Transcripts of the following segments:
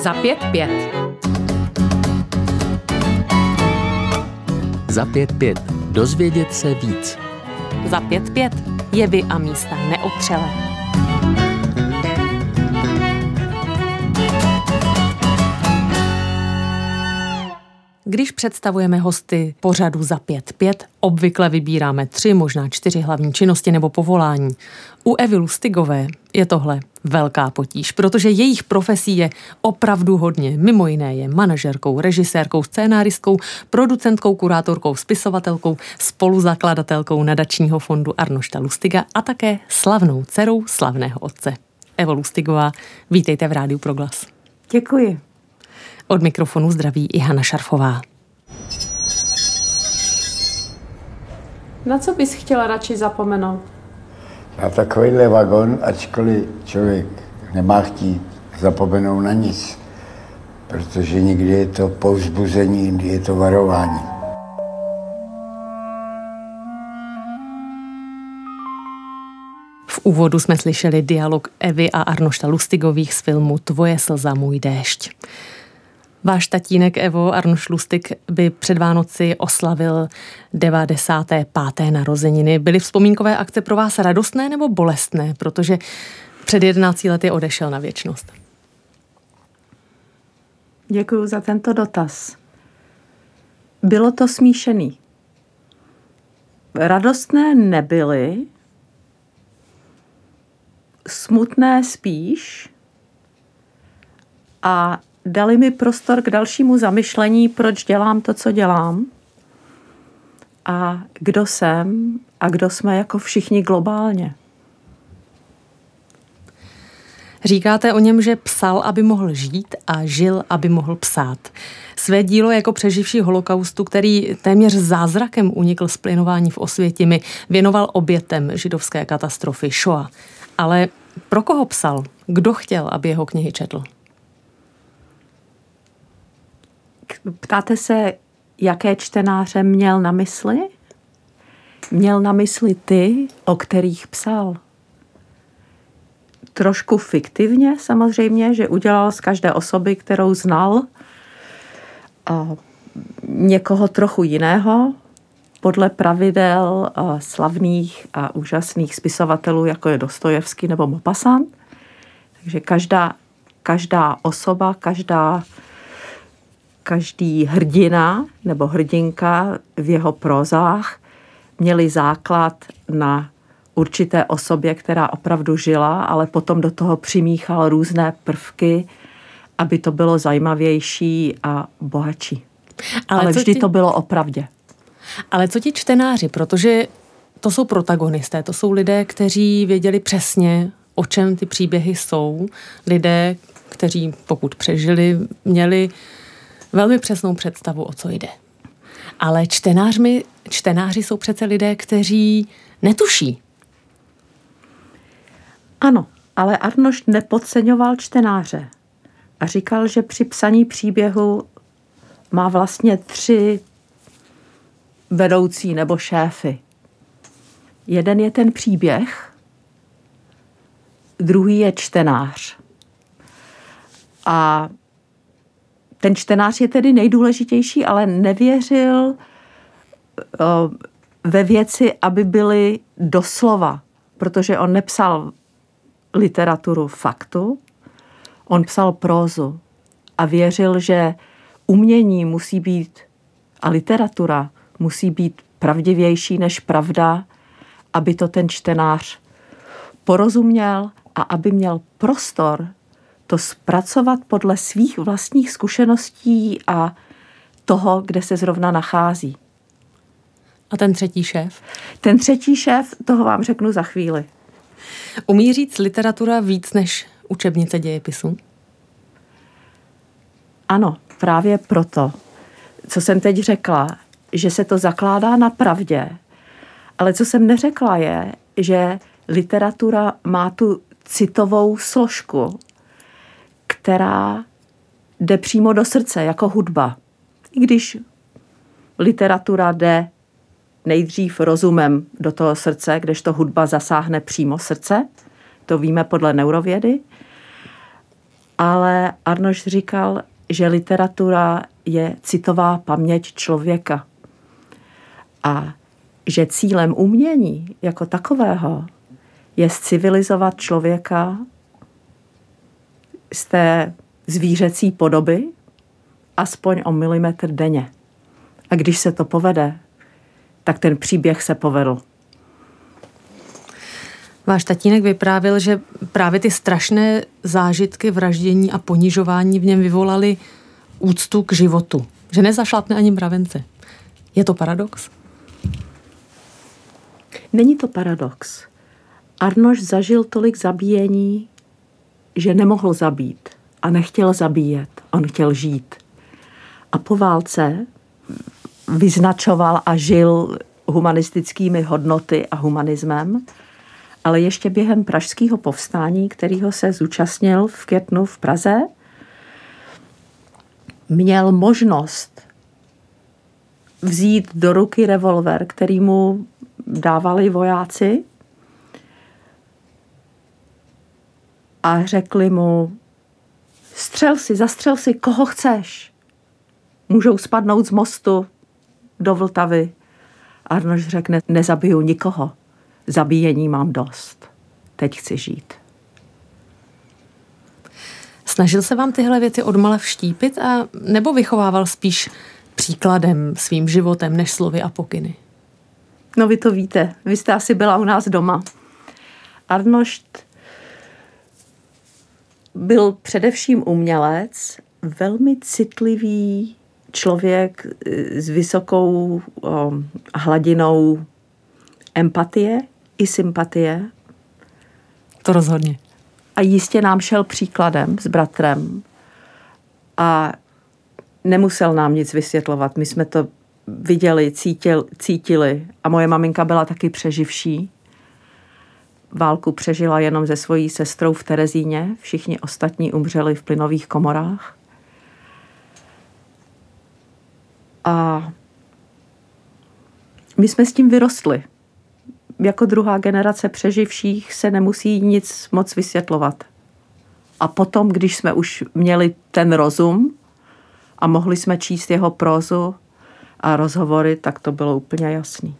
Za 5-5. Za 5-5. Dozvědět se víc. Za 5-5. Jevy a místa neotřelé. Když představujeme hosty pořadu Za 5-5, obvykle vybíráme 3, možná 4 hlavní činnosti nebo povolání. U Evy Lustigové je tohle velká potíž, protože jejich profesí je opravdu hodně. Mimo jiné je manažerkou, režisérkou, scénáristkou, producentkou, kurátorkou, spisovatelkou, spoluzakladatelkou nadačního fondu Arnošta Lustiga a také slavnou dcerou slavného otce. Evo Lustigová, vítejte v Rádiu Proglas. Děkuji. Od mikrofonu zdraví i Hana Šarfová. Na co bys chtěla radši zapomenout? Na takovýhle vagon, ačkoliv člověk nemá chtít zapomenout na nic, protože někdy je to povzbuzení, někdy je to varování. V úvodu jsme slyšeli dialog Evy a Arnošta Lustigových z filmu Tvoje slza, můj déšť. Váš tatínek Evo, Arnošt Lustig, by před Vánoci oslavil 95. narozeniny. Byly vzpomínkové akce pro vás radostné nebo bolestné, protože před 11 lety odešel na věčnost? Děkuji za tento dotaz. Bylo to smíšený. Radostné nebyly, smutné spíš a dali mi prostor k dalšímu zamyšlení, proč dělám to, co dělám a kdo jsem a kdo jsme jako všichni globálně. Říkáte o něm, že psal, aby mohl žít a žil, aby mohl psát. Své dílo jako přeživší holokaustu, který téměř zázrakem unikl z plynování v Osvětimi, věnoval obětem židovské katastrofy Shoah. Ale pro koho psal? Kdo chtěl, aby jeho knihy četl? Ptáte se, jaké čtenáře měl na mysli? Měl na mysli ty, o kterých psal. Trošku fiktivně samozřejmě, že udělal z každé osoby, kterou znal, a někoho trochu jiného, podle pravidel slavných a úžasných spisovatelů, jako je Dostojevský nebo Maupassant. Takže každá osoba, každý hrdina nebo hrdinka v jeho prózách měli základ na určité osobě, která opravdu žila, ale potom do toho přimíchal různé prvky, aby to bylo zajímavější a bohatší. Ale vždy to bylo o pravdě. Ale co ti čtenáři, protože to jsou protagonisté, to jsou lidé, kteří věděli přesně, o čem ty příběhy jsou. Lidé, kteří pokud měli velmi přesnou představu, o co jde. Ale čtenáři jsou přece lidé, kteří netuší. Ano, ale Arnošt nepodceňoval čtenáře a říkal, že při psaní příběhu má vlastně 3 vedoucí nebo šéfy. Jeden je ten příběh, druhý je čtenář. A ten čtenář je tedy nejdůležitější, ale nevěřil ve věci, aby byly doslova, protože on nepsal literaturu faktu, on psal prózu a věřil, že umění musí být a literatura musí být pravdivější než pravda, aby to ten čtenář porozuměl a aby měl prostor to zpracovat podle svých vlastních zkušeností a toho, kde se zrovna nachází. A ten třetí šéf? Ten třetí šéf, toho vám řeknu za chvíli. Umí říct literatura víc než učebnice dějepisu? Ano, právě proto, co jsem teď řekla, že se to zakládá na pravdě. Ale co jsem neřekla je, že literatura má tu citovou složku, která jde přímo do srdce, jako hudba. I když literatura jde nejdřív rozumem do toho srdce, kdežto hudba zasáhne přímo srdce, to víme podle neurovědy, Ale Arnošt říkal, že literatura je citová paměť člověka. A že cílem umění jako takového je civilizovat člověka z té zvířecí podoby aspoň o milimetr denně. A když se to povede, tak ten příběh se povedl. Váš tatínek vyprávěl, že právě ty strašné zážitky vraždění a ponižování v něm vyvolaly úctu k životu. Že nezašlapne ani mravence. Je to paradox? Není to paradox. Arnošt zažil tolik zabíjení, že nemohl zabít a nechtěl zabíjet. On chtěl žít. A po válce vyznačoval a žil humanistickými hodnoty a humanismem, ale ještě během pražského povstání, kterého se zúčastnil v květnu v Praze, měl možnost vzít do ruky revolver, který mu dávali vojáci a řekli mu: zastřel si, koho chceš. Můžou spadnout z mostu do Vltavy. Arnošt řekne: nezabiju nikoho. Zabíjení mám dost. Teď chci žít. Snažil se vám tyhle věci odmala vštípit a nebo vychovával spíš příkladem, svým životem, než slovy a pokyny? No vy to víte. Vy jste asi byla u nás doma. Arnošt byl především umělec, velmi citlivý člověk s vysokou hladinou empatie i sympatie. To rozhodně. A jistě nám šel příkladem s bratrem a nemusel nám nic vysvětlovat. My jsme to viděli, cítili a moje maminka byla taky přeživší. Válku přežila jenom se svojí sestrou v Terezíně. Všichni ostatní umřeli v plynových komorách. A my jsme s tím vyrostli. Jako druhá generace přeživších se nemusí nic moc vysvětlovat. A potom, když jsme už měli ten rozum a mohli jsme číst jeho prózu a rozhovory, tak to bylo úplně jasný.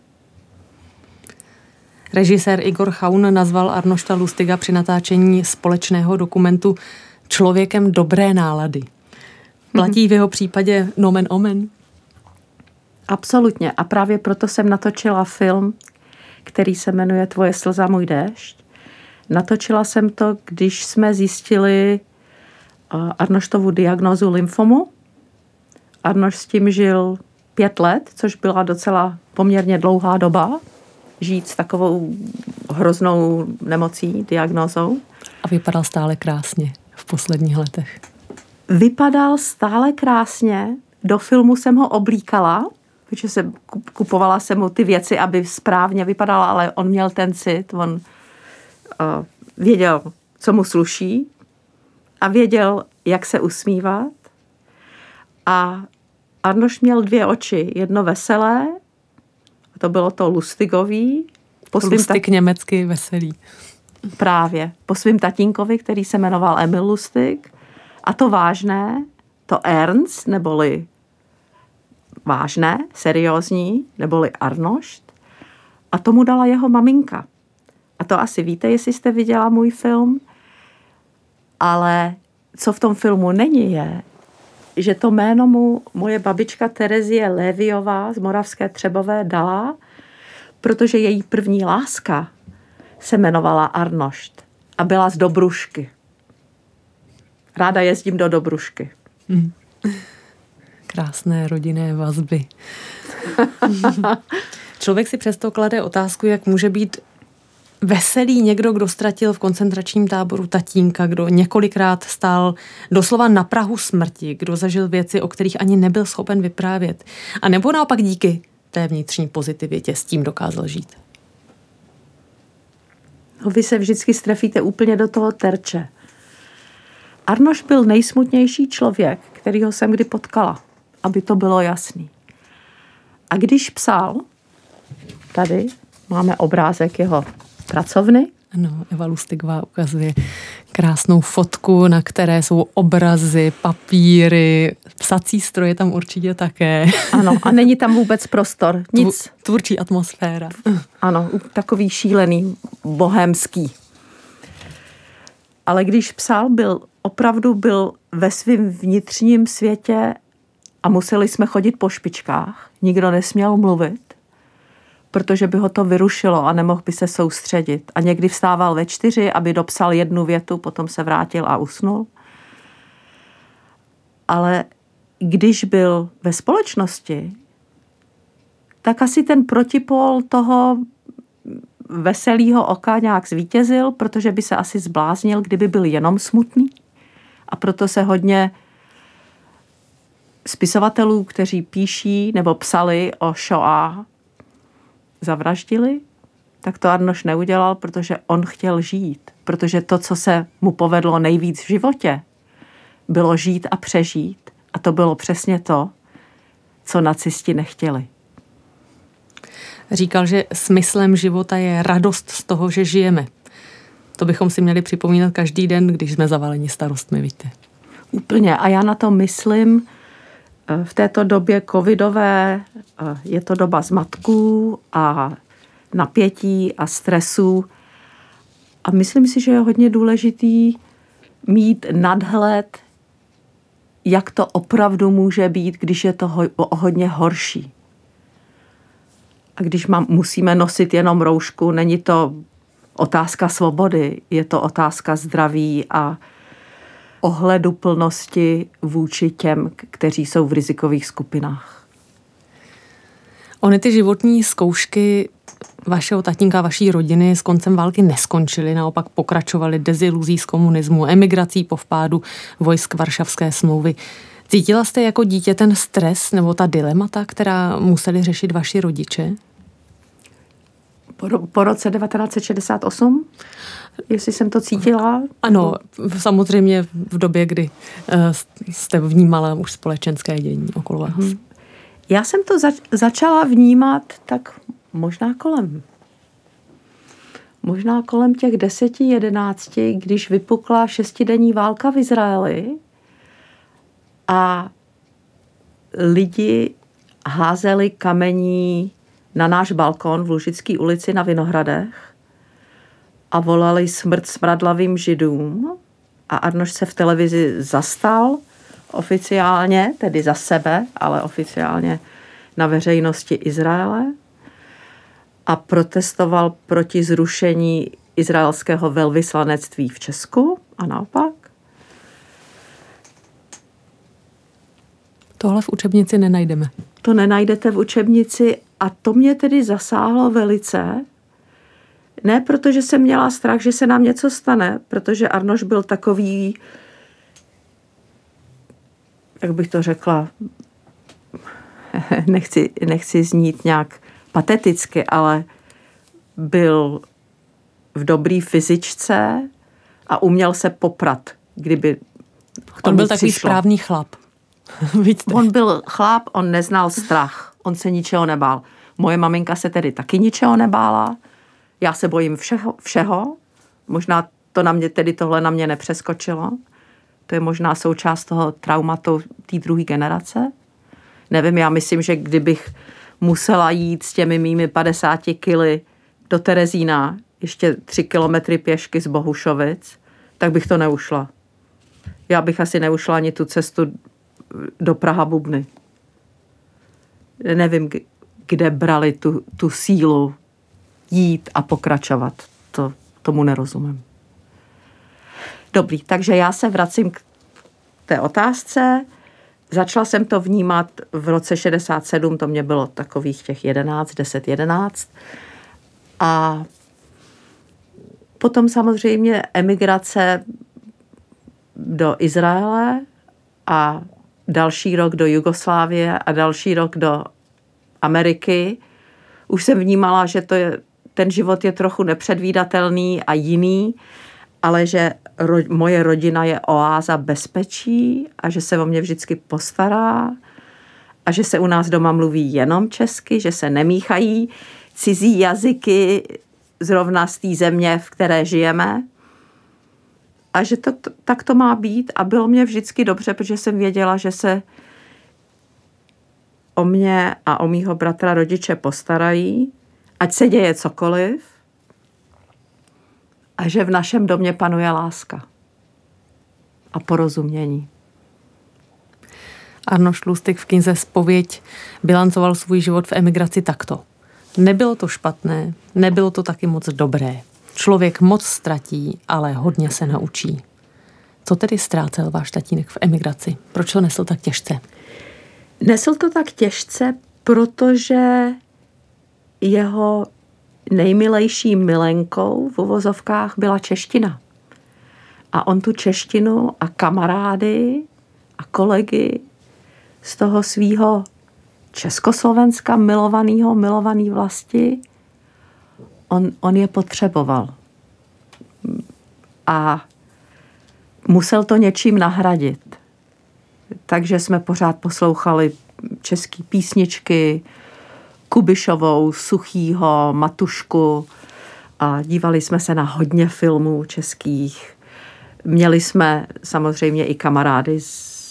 Režisér Igor Chaun nazval Arnošta Lustiga při natáčení společného dokumentu člověkem dobré nálady. Platí v jeho případě nomen omen? Absolutně. A právě proto jsem natočila film, který se jmenuje Tvoje slza, můj déšť. Natočila jsem to, když jsme zjistili Arnoštovu diagnózu lymfomu. Arnošt s tím žil 5 let, což byla docela poměrně dlouhá doba, žít s takovou hroznou nemocí, diagnózou. A vypadal stále krásně v posledních letech. Vypadal stále krásně. Do filmu jsem ho oblíkala, protože kupovala jsem mu ty věci, aby správně vypadala, ale on měl ten cit, on věděl, co mu sluší a věděl, jak se usmívat. A Arnošt měl 2 oči, jedno veselé, a to bylo to Lustigový. Lustig německy veselý. Právě. Po svým tatínkovi, který se jmenoval Emil Lustig. A to vážné, to Ernst, neboli vážné, seriózní, neboli Arnošt. A tomu dala jeho maminka. A to asi víte, jestli jste viděla můj film. Ale co v tom filmu není, je, že to jméno mu moje babička Terezie Léviová z Moravské Třebové dala, protože její první láska se jmenovala Arnošt a byla z Dobrušky. Ráda jezdím do Dobrušky. Krásné rodinné vazby. Člověk si přesto klade otázku, jak může být veselý někdo, kdo ztratil v koncentračním táboru tatínka, kdo několikrát stál doslova na prahu smrti, kdo zažil věci, o kterých ani nebyl schopen vyprávět. A nebo naopak díky té vnitřní pozitivitě s tím dokázal žít. No, vy se vždycky strefíte úplně do toho terče. Arnošt byl nejsmutnější člověk, kterýho jsem kdy potkala, aby to bylo jasný. A když psal, tady máme obrázek jeho pracovny, Ano, Eva Lustigová ukazuje krásnou fotku, na které jsou obrazy, papíry, psací stroje tam určitě také. Ano, a není tam vůbec prostor, nic. Tvůrčí atmosféra. Ano, takový šílený, bohémský. Ale když psal, opravdu byl ve svém vnitřním světě a museli jsme chodit po špičkách. Nikdo nesměl mluvit, protože by ho to vyrušilo a nemohl by se soustředit. A někdy vstával ve 4, aby dopsal 1 větu, potom se vrátil a usnul. Ale když byl ve společnosti, tak asi ten protipól toho veselého oka nějak zvítězil, protože by se asi zbláznil, kdyby byl jenom smutný. A proto se hodně spisovatelů, kteří píší nebo psali o Shoah, zavraždili, tak to Arnošt neudělal, protože on chtěl žít. Protože to, co se mu povedlo nejvíc v životě, bylo žít a přežít. A to bylo přesně to, co nacisti nechtěli. Říkal, že smyslem života je radost z toho, že žijeme. To bychom si měli připomínat každý den, když jsme zavaleni starostmi, víte. Úplně. A já na to myslím, v této době covidové je to doba zmatků a napětí a stresu. A myslím si, že je hodně důležitý mít nadhled, jak to opravdu může být, když je to hodně horší. A když musíme nosit jenom roušku, není to otázka svobody, je to otázka zdraví a ohleduplnosti vůči těm, kteří jsou v rizikových skupinách. Ony ty životní zkoušky vašeho tatínka, vaší rodiny s koncem války neskončily, naopak pokračovaly deziluzí z komunismu, emigrací po vpádu vojsk Varšavské smlouvy. Cítila jste jako dítě ten stres nebo ta dilemata, která museli řešit vaši rodiče? Po roce 1968, jestli jsem to cítila? Ano, samozřejmě v době, kdy jste vnímala už společenské dění okolo vás. Já jsem to začala vnímat tak možná kolem těch 10, 11, když vypukla 6denní válka v Izraeli a lidi házeli kamení na náš balkon v Lužické ulici na Vinohradech a volali smrt smradlavým Židům a Arnošt se v televizi zastal oficiálně, tedy za sebe, ale oficiálně na veřejnosti Izraele a protestoval proti zrušení izraelského velvyslanectví v Česku a naopak. Tohle v učebnici nenajdeme. To nenajdete v učebnici a to mě tedy zasáhlo velice. Ne protože jsem měla strach, že se nám něco stane, protože Arnošt byl takový, jak bych to řekla, nechci znít nějak pateticky, ale byl v dobrý fyzičce a uměl se poprat, kdyby k tomu On byl takový přišlo. správný chlap. On byl chlap, on neznal strach, on se ničeho nebál. Moje maminka se tedy taky ničeho nebála, já se bojím všeho. Možná tohle na mě nepřeskočilo. To je možná součást toho traumatu té druhé generace. Nevím, já myslím, že kdybych musela jít s těmi mými 50 kily do Terezína, ještě 3 kilometry pěšky z Bohušovic, tak bych to neušla. Já bych asi neušla ani tu cestu do Praha-Bubny. Nevím, kde brali tu sílu jít a pokračovat. Tomu nerozumím. Dobrý, takže já se vracím k té otázce. Začala jsem to vnímat v roce 67, to mě bylo takových těch 10-11. A potom samozřejmě emigrace do Izraele a další rok do Jugoslávie a další rok do Ameriky. Už jsem vnímala, že ten život je trochu nepředvídatelný a jiný, ale že moje rodina je oáza bezpečí a že se o mě vždycky postará a že se u nás doma mluví jenom česky, že se nemíchají cizí jazyky zrovna z té země, v které žijeme. A že tak to má být. A bylo mě vždycky dobře, protože jsem věděla, že se o mě a o mýho bratra rodiče postarají, ať se děje cokoliv, a že v našem domě panuje láska a porozumění. Arnošt Lustig v knize Zpověď bilancoval svůj život v emigraci takto. Nebylo to špatné, nebylo to taky moc dobré. Člověk moc ztratí, ale hodně se naučí. Co tedy ztrácel váš tatínek v emigraci? Proč to nesl tak těžce? Nesl to tak těžce, protože jeho nejmilejší milenkou v uvozovkách byla čeština. A on tu češtinu a kamarády a kolegy z toho svýho Československa milovaný vlasti, on je potřeboval. A musel to něčím nahradit. Takže jsme pořád poslouchali české písničky, Kubišovou, Suchýho, Matušku a dívali jsme se na hodně filmů českých. Měli jsme samozřejmě i kamarády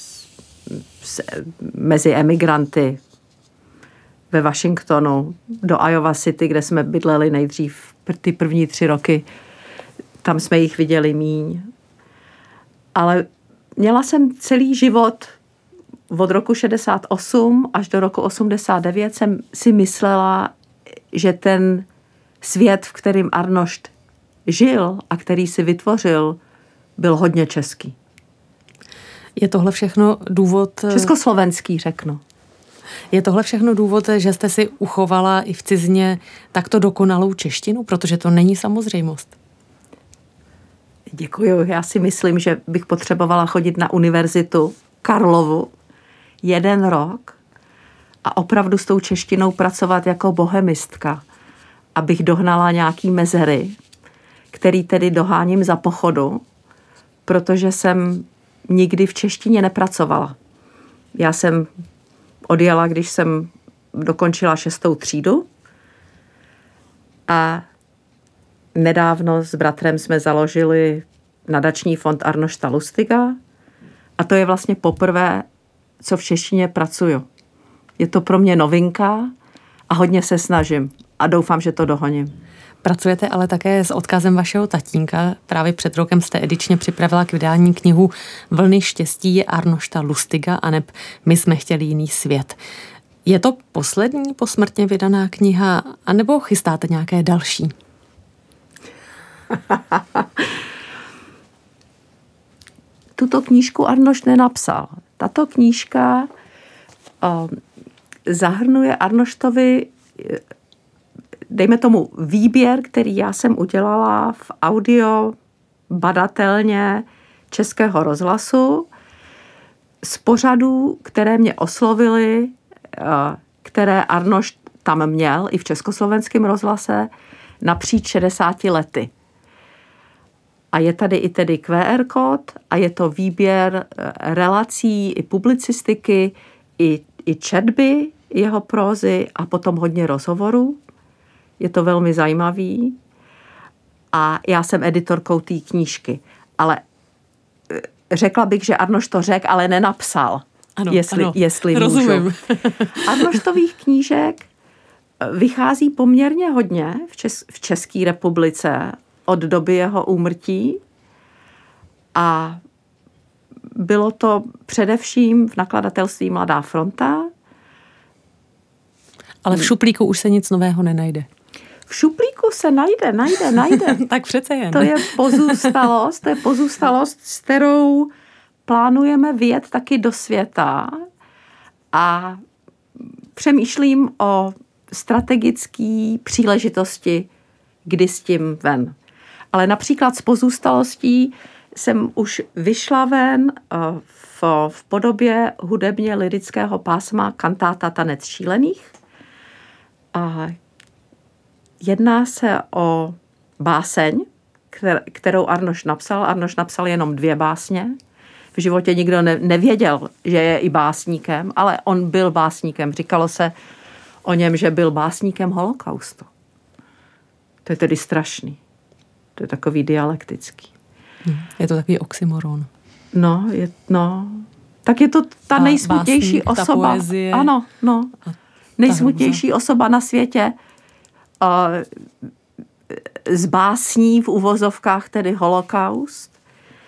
mezi emigranty ve Washingtonu do Iowa City, kde jsme bydleli nejdřív ty první 3 roky. Tam jsme jich viděli míň. Ale měla jsem celý život od roku 68 až do roku 89 jsem si myslela, že ten svět, v kterém Arnošt žil a který si vytvořil, byl hodně český. Je tohle všechno důvod... Československý, řeknu. Je tohle všechno důvod, že jste si uchovala i v cizině takto dokonalou češtinu? Protože to není samozřejmost. Děkuju. Já si myslím, že bych potřebovala chodit na univerzitu Karlovu 1 rok a opravdu s tou češtinou pracovat jako bohemistka, abych dohnala nějaký mezery, který tedy doháním za pochodu, protože jsem nikdy v češtině nepracovala. Já jsem odjela, když jsem dokončila 6. třídu a nedávno s bratrem jsme založili nadační fond Arnošta Lustiga a to je vlastně poprvé, co v češtině pracuju. Je to pro mě novinka a hodně se snažím a doufám, že to dohoním. Pracujete ale také s odkazem vašeho tatínka. Právě před rokem jste edičně připravila k vydání knihu Vlny štěstí Arnošta Lustiga aneb My jsme chtěli jiný svět. Je to poslední posmrtně vydaná kniha, anebo chystáte nějaké další? Tuto knížku Arnošt nenapsal. Tato knížka zahrnuje Arnoštovi, dejme tomu, výběr, který já jsem udělala v audio badatelně Českého rozhlasu z pořadů, které mě oslovily, které Arnošt tam měl i v Československém rozhlase napříč 60 lety. A je tady i tedy QR kód a je to výběr relací i publicistiky, i četby jeho prózy a potom hodně rozhovorů. Je to velmi zajímavý. A já jsem editorkou té knížky. Ale řekla bych, že Arnošt to řekl, ale nenapsal. Ano, jestli rozumím. Můžu. Arnoštových knížek vychází poměrně hodně v České republice od doby jeho úmrtí a bylo to především v nakladatelství Mladá fronta. Ale v šuplíku už se nic nového nenajde. V šuplíku se najde. Tak přece jen. To je pozůstalost, s kterou plánujeme vyjet taky do světa a přemýšlím o strategické příležitosti, kdy s tím ven. Ale například s pozůstalostí jsem už vyšla ven v podobě hudebně lyrického pásma Kantáta Tanec šílených. A jedná se o báseň, kterou Arnošt napsal. Arnošt napsal jenom 2 básně. V životě nikdo nevěděl, že je i básníkem, ale on byl básníkem. Říkalo se o něm, že byl básníkem holokaustu. To je tedy strašný. To je takový dialektický. Je to takový oxymoron. Tak je to ta nejsmutnější básník, osoba. Ta poezie. Ano. Nejsmutnější osoba na světě. Z básní v uvozovkách, tedy holokaust,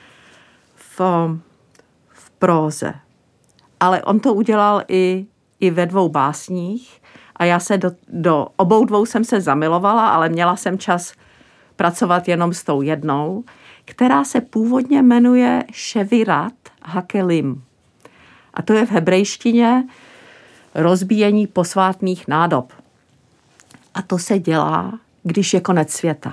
v próze. Ale on to udělal i ve 2 básních a já se do obou 2 jsem se zamilovala, ale měla jsem čas pracovat jenom s tou jednou, která se původně jmenuje Ševirat Hakelim. A to je v hebrejštině rozbíjení posvátných nádob. A to se dělá, když je konec světa.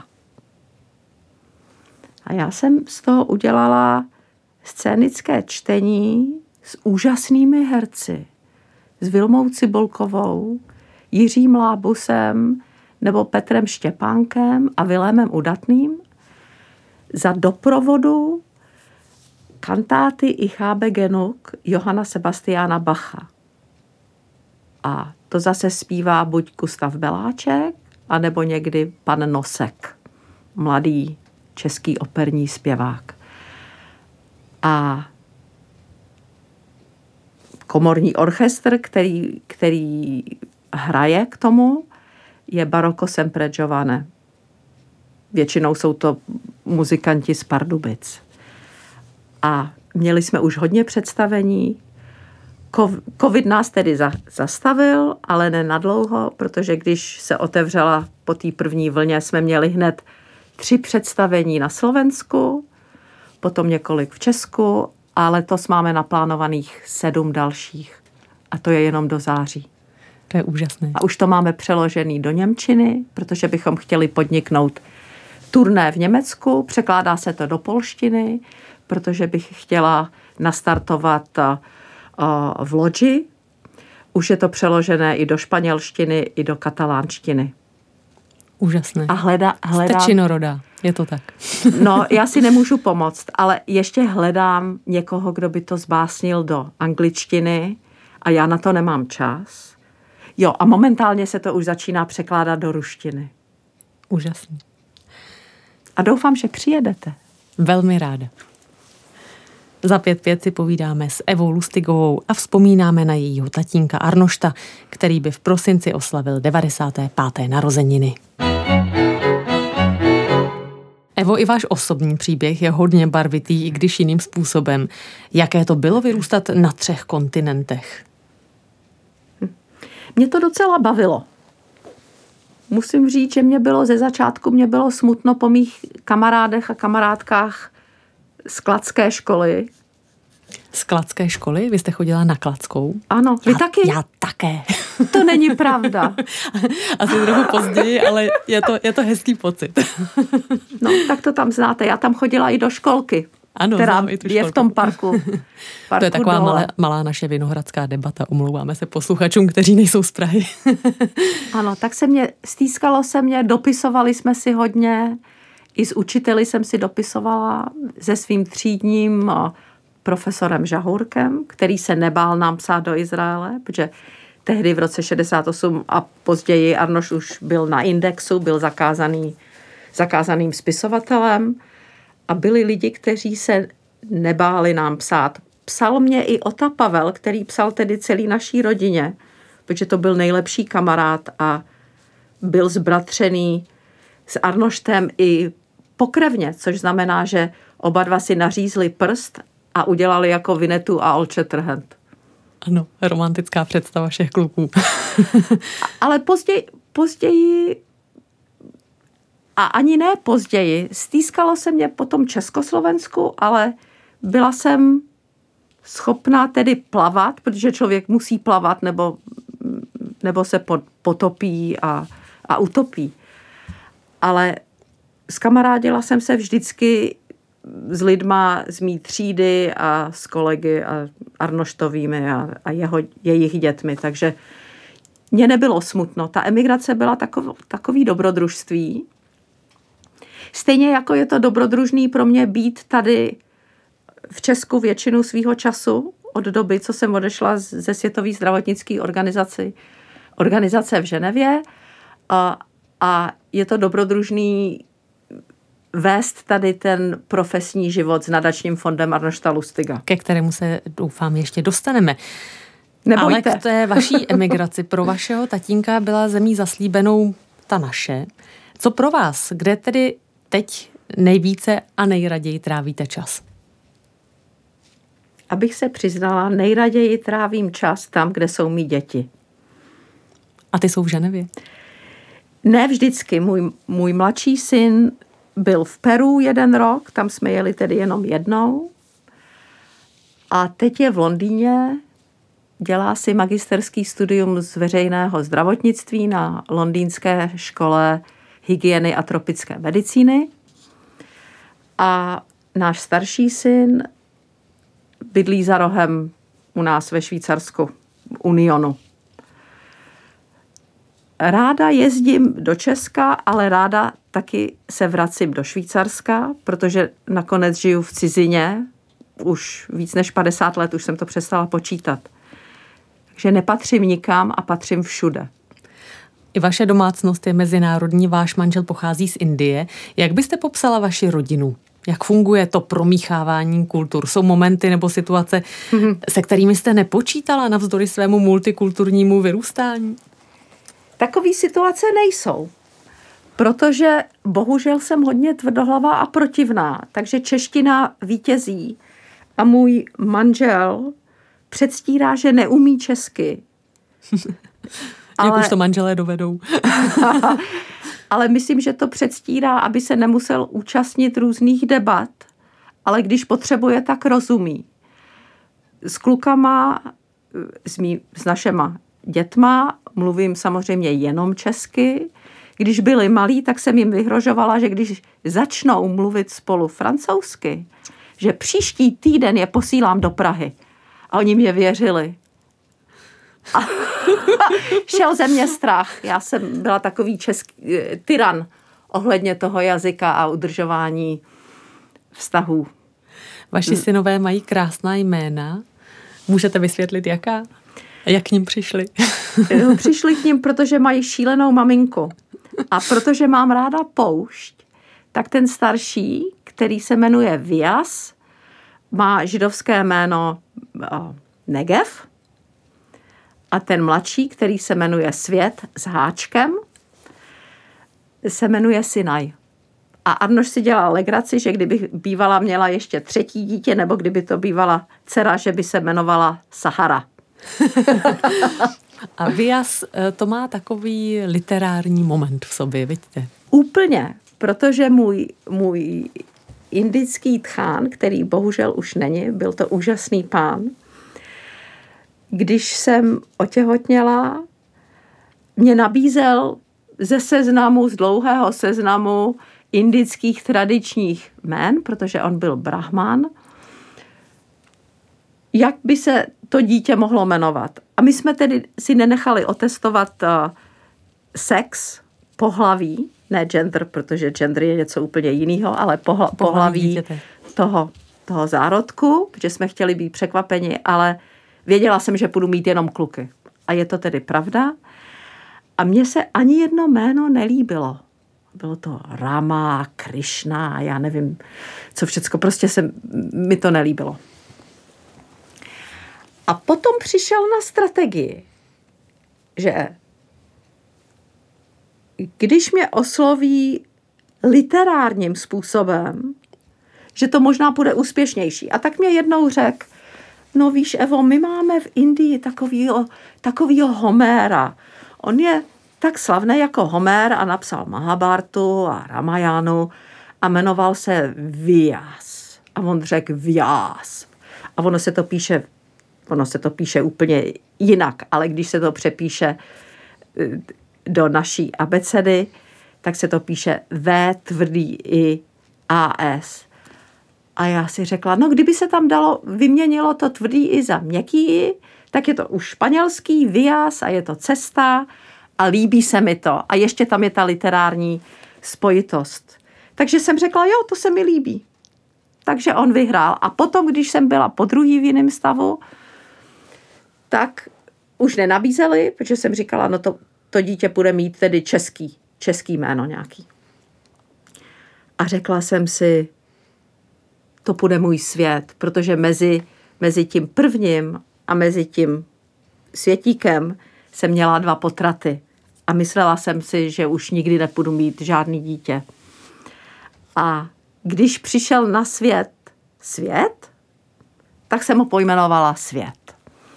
A já jsem z toho udělala scénické čtení s úžasnými herci. S Vilmou Cibulkovou, Jiřím Lábusem nebo Petrem Štěpánkem a Vilémem Udatným za doprovodu kantáty Ich habe genug Johanna Sebastiana Bacha. A to zase zpívá buď Gustav Beláček, anebo někdy pan Nosek, mladý český operní zpěvák. A komorní orchestr, který hraje k tomu, je Barocco Sempre Giovane. Většinou jsou to muzikanti z Pardubic. A měli jsme už hodně představení. Covid nás tedy zastavil, ale ne nadlouho, protože když se otevřela po té první vlně, jsme měli hned 3 představení na Slovensku, potom několik v Česku a letos máme naplánovaných 7 dalších. A to je jenom do září. To je úžasné. A už to máme přeložený do němčiny, protože bychom chtěli podniknout turné v Německu. Překládá se to do polštiny, protože bych chtěla nastartovat v Lodži. Už je to přeložené i do španělštiny, i do katalánštiny. Úžasné. A hledám... Jste činorodá, je to tak. No, já si nemůžu pomoct, ale ještě hledám někoho, kdo by to zbásnil do angličtiny a já na to nemám čas. Jo, a momentálně se to už začíná překládat do ruštiny. Úžasný. A doufám, že přijedete. Velmi ráda. Za 5:5 si povídáme s Evou Lustigovou a vzpomínáme na jejího tatínka Arnošta, který by v prosinci oslavil 95. narozeniny. Evo, i váš osobní příběh je hodně barvitý, i když jiným způsobem. Jaké to bylo vyrůstat na 3 kontinentech? Mě to docela bavilo. Musím říct, že ze začátku mě bylo smutno po mých kamarádech a kamarádkách z Kladské školy. Z Kladské školy? Vy jste chodila na Kladskou? Ano, vy taky? Já také. To není pravda. Asi trochu později, ale je to hezký pocit. No, tak to tam znáte. Já tam chodila i do školky, ano, která znám i tu je školku. v tom parku. To je taková malá naše vinohradská debata. Omlouváme se posluchačům, kteří nejsou z Prahy. Ano, tak stýskalo se mě, dopisovali jsme si hodně. I s učiteli jsem si dopisovala se svým třídním profesorem Žahurkem, který se nebál nám psát do Izraele, protože tehdy v roce 68 a později Arnoš už byl na Indexu, byl zakázaným spisovatelem a byli lidi, kteří se nebáli nám psát. Psal mě i Ota Pavel, který psal tedy celý naší rodině, protože to byl nejlepší kamarád a byl zbratřený s Arnoštem i pokrevně, což znamená, že oba dva si nařízli prst a udělali jako Vinetu a Old Shatterhand. Ano, romantická představa všech kluků. Ale později a ani ne později, stýskalo se mě potom Československu, ale byla jsem schopná tedy plavat, protože člověk musí plavat nebo se potopí a utopí. Ale zkamarádila jsem se vždycky s lidma z mý třídy a s kolegy a Arnoštovými a jejich dětmi, takže mně nebylo smutno. Ta emigrace byla takový dobrodružství. Stejně jako je to dobrodružný pro mě být tady v Česku většinu svýho času od doby, co jsem odešla ze Světové zdravotnické organizace v Ženevě. A je to dobrodružný vést tady ten profesní život s nadačním fondem Arnošta Lustiga. Ke kterému se, doufám, ještě dostaneme. Nebojte. Ale k té vaší emigraci pro vašeho tatínka byla zemí zaslíbenou ta naše. Co pro vás? Kde tedy teď nejvíce a nejraději trávíte čas? Abych se přiznala, nejraději trávím čas tam, kde jsou mý děti. A ty jsou v Ženevě? Ne vždycky. Můj mladší syn byl v Peru 1 rok, tam jsme jeli tedy jenom jednou. A teď je v Londýně, dělá si magisterský studium z veřejného zdravotnictví na londýnské škole hygieny a tropické medicíny. A náš starší syn bydlí za rohem u nás ve Švýcarsku, Unionu. Ráda jezdím do Česka, ale ráda taky se vracím do Švýcarska, protože nakonec žiju v cizině. Už víc než 50 let, už jsem to přestala počítat. Takže nepatřím nikam a patřím všude. I vaše domácnost je mezinárodní, váš manžel pochází z Indie. Jak byste popsala vaši rodinu? Jak funguje to promíchávání kultur? Jsou momenty nebo situace, se kterými jste nepočítala navzdory svému multikulturnímu vyrůstání? Takové situace nejsou, protože bohužel jsem hodně tvrdohlavá a protivná, takže čeština vítězí a můj manžel předstírá, že neumí česky. Jak už to manželé dovedou. Ale myslím, že to předstírá, aby se nemusel účastnit různých debat, ale když potřebuje, tak rozumí. S klukama, s našima dětma mluvím samozřejmě jenom česky. Když byli malí, tak jsem jim vyhrožovala, že když začnou mluvit spolu francouzsky, že příští týden je posílám do Prahy. A oni mě věřili. A šel ze mě strach. Já jsem byla takový tyran ohledně toho jazyka a udržování vztahů. Vaši synové mají krásná jména. Můžete vysvětlit, jaká? A jak k ním přišli? Přišli k ním, protože mají šílenou maminku. A protože mám ráda poušť, tak ten starší, který se jmenuje Vias, má židovské jméno Negev. A ten mladší, který se jmenuje Svět s háčkem, se jmenuje Sinaj. A Arnoš si dělal legraci, že kdyby bývala měla ještě 3. dítě, nebo kdyby to bývala dcera, že by se jmenovala Sahara. A Vias, to má takový literární moment v sobě, vidíte? Úplně, protože můj indický tchán, který bohužel už není, byl to úžasný pán, když jsem otěhotněla, mě nabízel z dlouhého seznamu indických tradičních jmén, protože on byl brahman, jak by se to dítě mohlo jmenovat. A my jsme tedy si nenechali otestovat sex, pohlaví, ne gender, protože gender je něco úplně jiného, ale pohlaví toho zárodku, protože jsme chtěli být překvapeni, ale věděla jsem, že budu mít jenom kluky. A je to tedy pravda. A mně se ani jedno jméno nelíbilo. Bylo to Rama, Krishna, já nevím, co všecko. Prostě mi to nelíbilo. A potom přišel na strategii, že když mě osloví literárním způsobem, že to možná bude úspěšnější. A tak mě jednou řekl, no víš, Evo, my máme v Indii takovýho Homéra. On je tak slavný jako Homér a napsal Mahabharatu a Ramajánu a jmenoval se Vyas. A on řekl Vyas. A ono se to píše úplně jinak, ale když se to přepíše do naší abecedy, tak se to píše V tvrdý I AS. A já si řekla, no kdyby se tam vyměnilo to tvrdý I za měkký I, tak je to už španělský Vyas a je to cesta a líbí se mi to. A ještě tam je ta literární spojitost. Takže jsem řekla, jo, to se mi líbí. Takže on vyhrál. A potom, když jsem byla podruhý v jiném stavu, tak už nenabízeli, protože jsem říkala, no to dítě bude mít tedy český český jméno nějaký. A řekla jsem si, to bude můj svět, protože mezi tím prvním a mezi tím Světíkem jsem měla 2 potraty. A myslela jsem si, že už nikdy nepůjdu mít žádný dítě. A když přišel na svět, tak jsem ho pojmenovala Svět.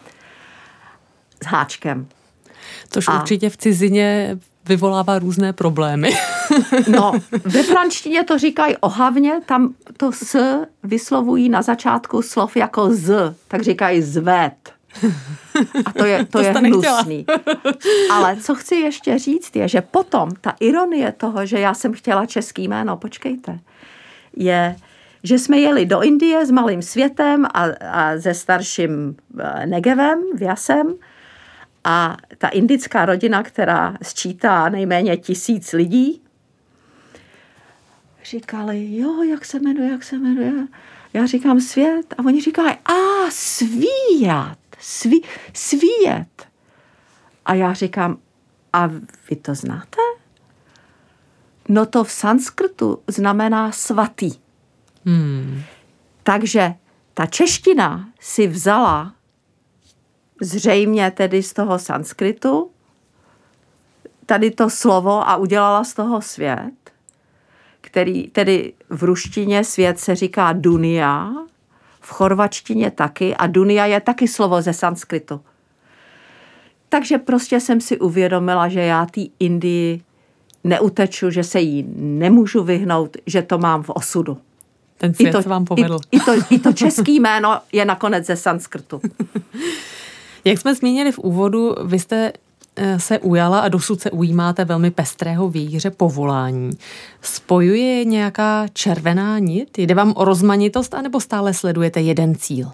S háčkem. Což určitě v cizině vyvolává různé problémy. No, ve franštině to říkají ohavně, tam to s vyslovují na začátku slov jako z, tak říkají zvet. A to je hnusný. Ale co chci ještě říct je, že potom ta ironie toho, že já jsem chtěla český jméno, počkejte, je, že jsme jeli do Indie s malým Světem a se starším Negevem, Vyasem, a ta indická rodina, která sčítá nejméně 1000 lidí, říkali, jo, jak se jmenuje. Já říkám Svět a oni říkají, Svíjet. A já říkám, a vy to znáte? No to v sanskrtu znamená svatý. Takže ta čeština si vzala zřejmě tedy z toho sanskritu tady to slovo a udělala z toho svět, který tedy v ruštině svět se říká dunia, v chorvačtině taky a dunia je taky slovo ze sanskritu. Takže prostě jsem si uvědomila, že já té Indii neuteču, že se jí nemůžu vyhnout, že to mám v osudu. Ten svět se vám povedl. I to český jméno je nakonec ze sanskrtu. Jak jsme zmínili v úvodu, vy jste se ujala a dosud se ujímáte velmi pestrého vějíře povolání. Spojuje nějaká červená nit? Jde vám o rozmanitost, anebo stále sledujete jeden cíl?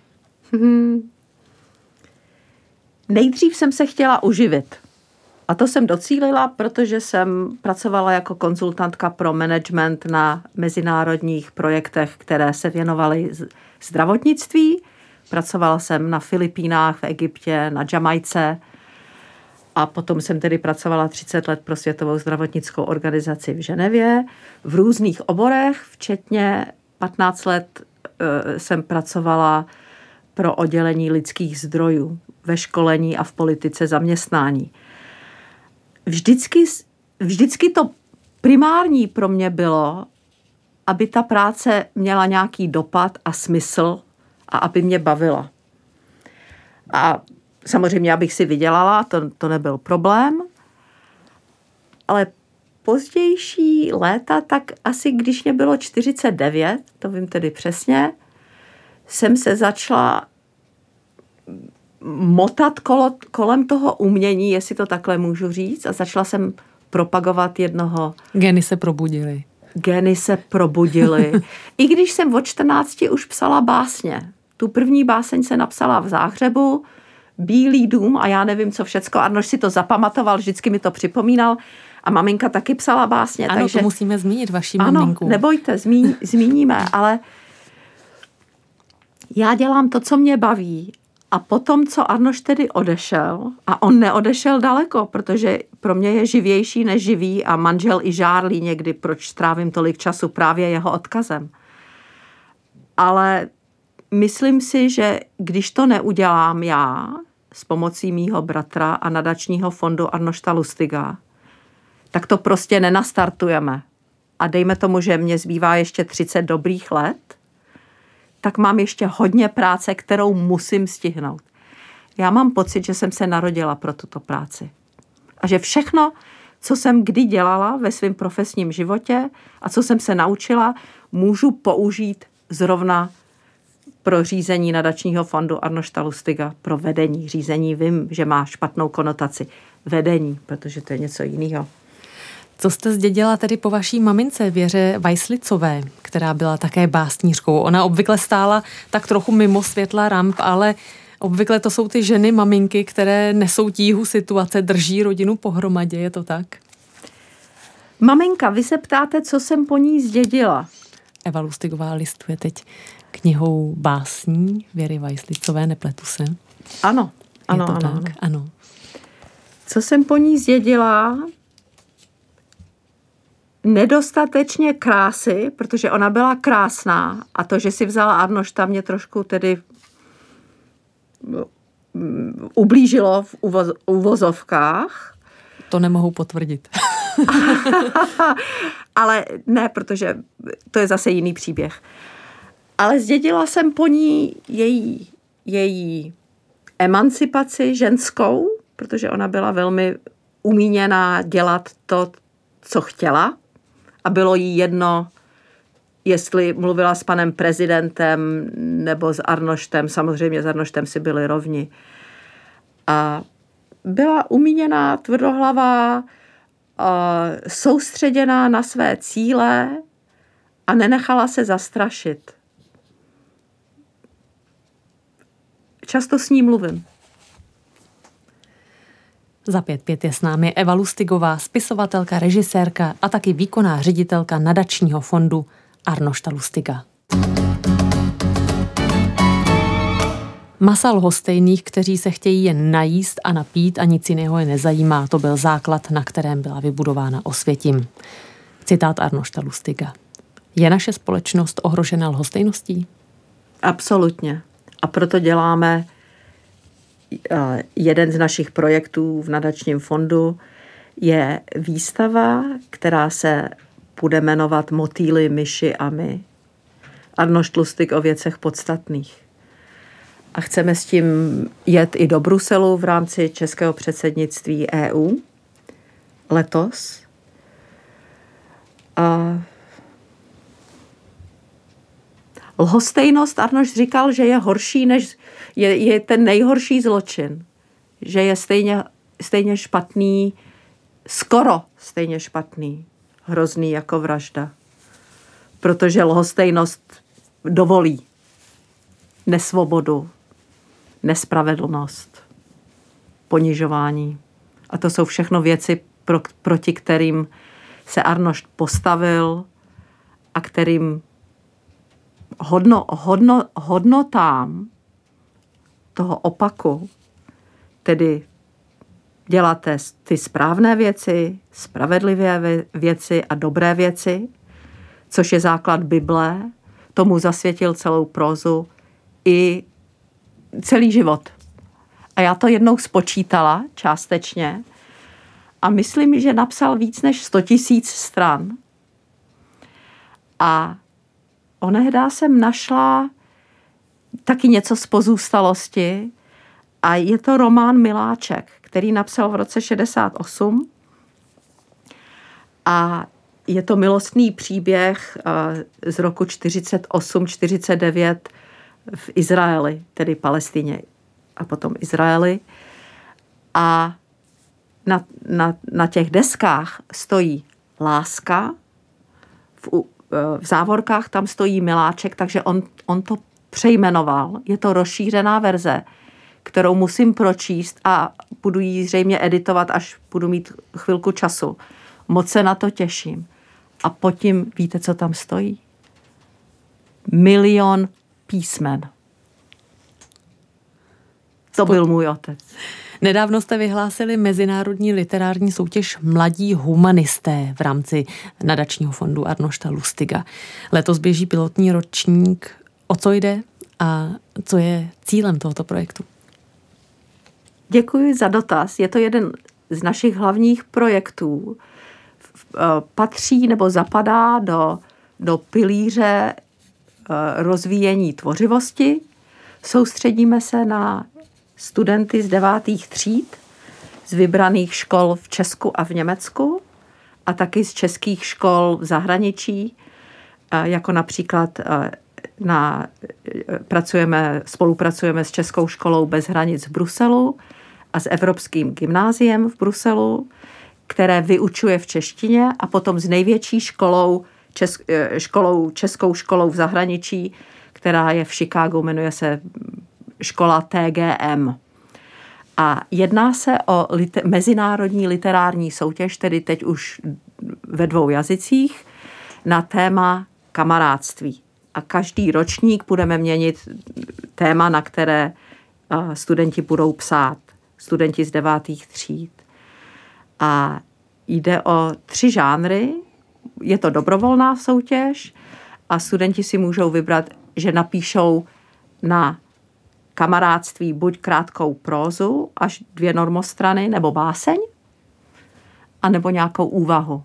Nejdřív jsem se chtěla uživit. A to jsem docílila, protože jsem pracovala jako konzultantka pro management na mezinárodních projektech, které se věnovaly zdravotnictví. Pracovala jsem na Filipínách, v Egyptě, na Jamajce a potom jsem tedy pracovala 30 let pro Světovou zdravotnickou organizaci v Ženevě v různých oborech, včetně 15 let jsem pracovala pro oddělení lidských zdrojů ve školení a v politice zaměstnání. Vždycky to primární pro mě bylo, aby ta práce měla nějaký dopad a smysl a aby mě bavila. A samozřejmě, abych si vydělala, to nebyl problém, ale pozdější léta, tak asi když mě bylo 49, to vím tedy přesně, jsem se začala motat kolem toho umění, jestli to takhle můžu říct, a začala jsem propagovat jednoho. Geny se probudily. I když jsem od 14 už psala básně. Tu první báseň se napsala v Záhřebu, Bílý dům a já nevím, co všecko. Arnoš si to zapamatoval, vždycky mi to připomínal. A maminka taky psala básně. Ano, takže to musíme zmínit, vaši maminku. Ano, nebojte, zmíníme, ale já dělám to, co mě baví. A potom, co Arnoš tedy odešel, a on neodešel daleko, protože pro mě je živější než živý a manžel i žárlí někdy, proč strávím tolik času právě jeho odkazem. Ale myslím si, že když to neudělám já s pomocí mýho bratra a nadačního fondu Arnošta Lustiga, tak to prostě nenastartujeme. A dejme tomu, že mě zbývá ještě 30 dobrých let, tak mám ještě hodně práce, kterou musím stihnout. Já mám pocit, že jsem se narodila pro tuto práci. A že všechno, co jsem kdy dělala ve svém profesním životě a co jsem se naučila, můžu použít zrovna pro řízení nadačního fondu Arnošta Lustiga, pro vedení. Řízení vím, že má špatnou konotaci. Vedení, protože to je něco jiného. Co jste zdědila tedy po vaší mamince Věře Weisslicové, která byla také básnířkou? Ona obvykle stála tak trochu mimo světla ramp, ale obvykle to jsou ty ženy, maminky, které nesou tíhu situace, drží rodinu pohromadě, je to tak? Maminka, vy se ptáte, co jsem po ní zdědila. Eva Lustigová listuje teď knihou básní Věry Weisslicové, nepletu se. Ano. Ano. Co jsem po ní zdědila? nedostatečně krásy, protože ona byla krásná a to, že si vzala Arnošta, mě trošku tedy ublížilo v uvozovkách. To nemohu potvrdit. Ale ne, protože to je zase jiný příběh. Ale zdědila jsem po ní její emancipaci ženskou, protože ona byla velmi umíněná dělat to, co chtěla. A bylo jí jedno, jestli mluvila s panem prezidentem nebo s Arnoštem. Samozřejmě s Arnoštem si byli rovni. A byla umíněná, tvrdohlavá, soustředěná na své cíle a nenechala se zastrašit. Často s ní mluvím. Za 5:5 je s námi Eva Lustigová, spisovatelka, režisérka a taky výkonná ředitelka nadačního fondu Arnošta Lustiga. Masa lhostejných, kteří se chtějí jen najíst a napít a nic jiného je nezajímá, to byl základ, na kterém byla vybudována Osvětim. Citát Arnošta Lustiga. Je naše společnost ohrožena lhostejností? Absolutně. A proto děláme jeden z našich projektů v nadačním fondu je výstava, která se bude jmenovat Motýly, myši a my. Arnošt Lustig o věcech podstatných. A chceme s tím jet i do Bruselu v rámci českého předsednictví EU letos. A lhostejnost, Arnošt říkal, že je horší, než je ten nejhorší zločin. Že je stejně špatný, skoro stejně špatný, hrozný jako vražda. Protože lhostejnost dovolí nesvobodu, nespravedlnost, ponižování. A to jsou všechno věci, proti kterým se Arnošt postavil a kterým hodnotám toho opaku, tedy děláte ty správné věci, spravedlivé věci a dobré věci, což je základ Bible, tomu zasvětil celou prózu i celý život. A já to jednou spočítala částečně a myslím, že napsal víc než 100 000 stran. A onehdá jsem našla taky něco z pozůstalosti a je to román Miláček, který napsal v roce 68 a je to milostný příběh z roku 48-49 v Izraeli, tedy Palestině a potom Izraeli. A na těch deskách stojí láska, v závorkách tam stojí Miláček, takže on to přejmenoval. Je to rozšířená verze, kterou musím pročíst a budu ji zřejmě editovat, až budu mít chvilku času. Moc se na to těším. A pod tím víte, co tam stojí? 1 000 000 písmen. To byl můj otec. Nedávno jste vyhlásili mezinárodní literární soutěž Mladí humanisté v rámci nadačního fondu Arnošta Lustiga. Letos běží pilotní ročník. O co jde a co je cílem tohoto projektu? Děkuji za dotaz. Je to jeden z našich hlavních projektů. Patří nebo zapadá do pilíře rozvíjení tvořivosti. Soustředíme se na studenty z 9. tříd z vybraných škol v Česku a v Německu a taky z českých škol v zahraničí, jako například spolupracujeme s Českou školou bez hranic v Bruselu a s Evropským gymnáziem v Bruselu, které vyučuje v češtině a potom s největší českou školou v zahraničí, která je v Chicagu, jmenuje se škola TGM. A jedná se o mezinárodní literární soutěž, tedy teď už ve 2 jazycích, na téma kamarádství. A každý ročník budeme měnit téma, na které studenti budou psát. Studenti z 9. tříd. A jde o 3 žánry. je to dobrovolná soutěž a studenti si můžou vybrat, že napíšou na kamarádství buď krátkou prózu, až 2 normostrany, nebo báseň, anebo nějakou úvahu.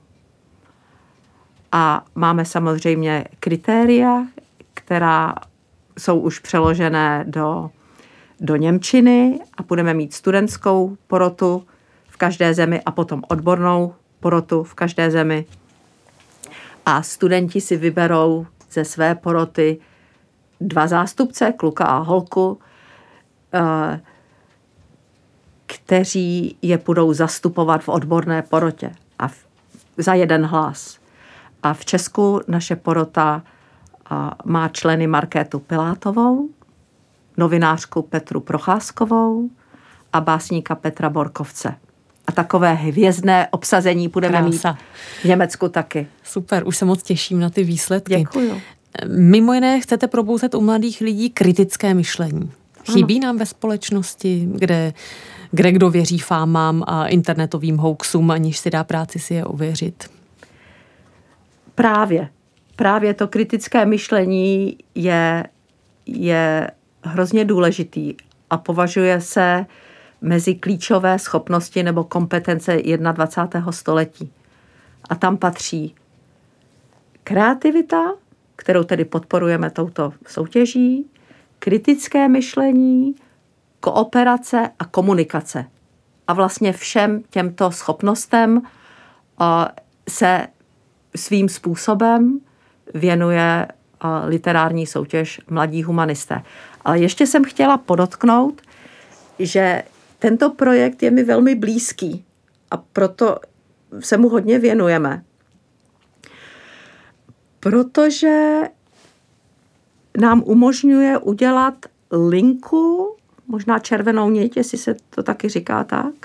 A máme samozřejmě kritéria, která jsou už přeložené do němčiny a budeme mít studentskou porotu v každé zemi a potom odbornou porotu v každé zemi. A studenti si vyberou ze své poroty 2 zástupce, kluka a holku, kteří je budou zastupovat v odborné porotě a za 1 hlas. A v Česku naše porota má členy Markétu Pilátovou, novinářku Petru Procházkovou a básníka Petra Borkovce. A takové hvězdné obsazení budeme mít v Německu taky. Super, už se moc těším na ty výsledky. Děkuju. Mimo jiné chcete probouzet u mladých lidí kritické myšlení. Chybí nám ve společnosti, kde kdo věří fámám a internetovým hoaxům, aniž si dá práci si je ověřit? Právě to kritické myšlení je hrozně důležitý a považuje se mezi klíčové schopnosti nebo kompetence 21. století. A tam patří kreativita, kterou tedy podporujeme touto soutěží, kritické myšlení, kooperace a komunikace. A vlastně všem těmto schopnostem se svým způsobem věnuje literární soutěž Mladí humanisté. Ale ještě jsem chtěla podotknout, že tento projekt je mi velmi blízký a proto se mu hodně věnujeme. Protože nám umožňuje udělat linku, možná červenou niť, jestli se to taky říká tak,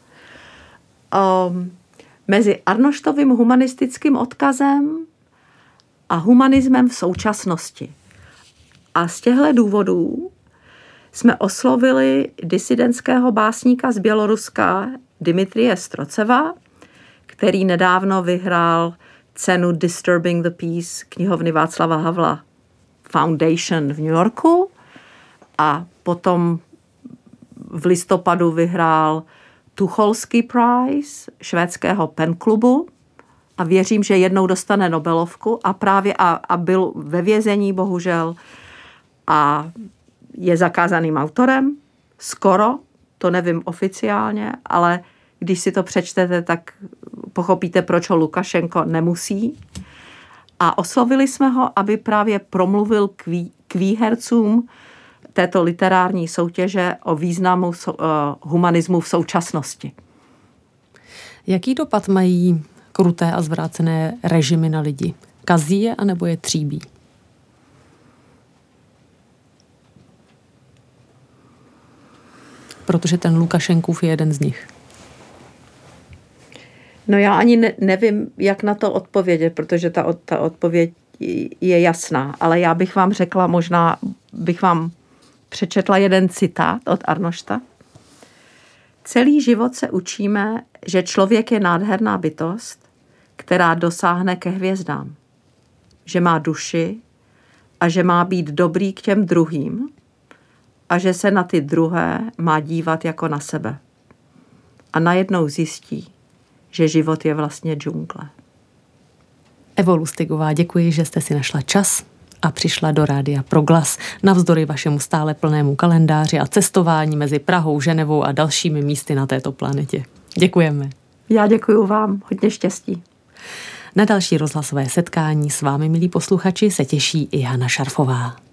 mezi Arnoštovým humanistickým odkazem a humanismem v současnosti. A z těchto důvodů jsme oslovili disidentského básníka z Běloruska Dimitrije Stroceva, který nedávno vyhrál cenu Disturbing the Peace knihovny Václava Havla Foundation v New Yorku a potom v listopadu vyhrál Tucholsky Prize švédského pen klubu a věřím, že jednou dostane Nobelovku a byl ve vězení bohužel a je zakázaným autorem. Skoro, to nevím oficiálně, ale když si to přečtete, tak pochopíte, proč ho Lukašenko nemusí. A oslovili jsme ho, aby právě promluvil k výhercům této literární soutěže o významu humanismu v současnosti. Jaký dopad mají kruté a zvrácené režimy na lidi? Kazí je, anebo je tříbí? Protože ten Lukašenkův je jeden z nich. No já ani nevím, jak na to odpovědět, protože ta odpověď je jasná. Ale já bych vám řekla, možná bych vám přečetla jeden citát od Arnošta. Celý život se učíme, že člověk je nádherná bytost, která dosáhne ke hvězdám. Že má duši a že má být dobrý k těm druhým a že se na ty druhé má dívat jako na sebe. A najednou zjistí, že život je vlastně džungle. Evo Lustigová, děkuji, že jste si našla čas a přišla do Rádia Proglas navzdory vašemu stále plnému kalendáři a cestování mezi Prahou, Ženevou a dalšími místy na této planetě. Děkujeme. Já děkuji vám, hodně štěstí. Na další rozhlasové setkání s vámi, milí posluchači, se těší i Hana Šarfová.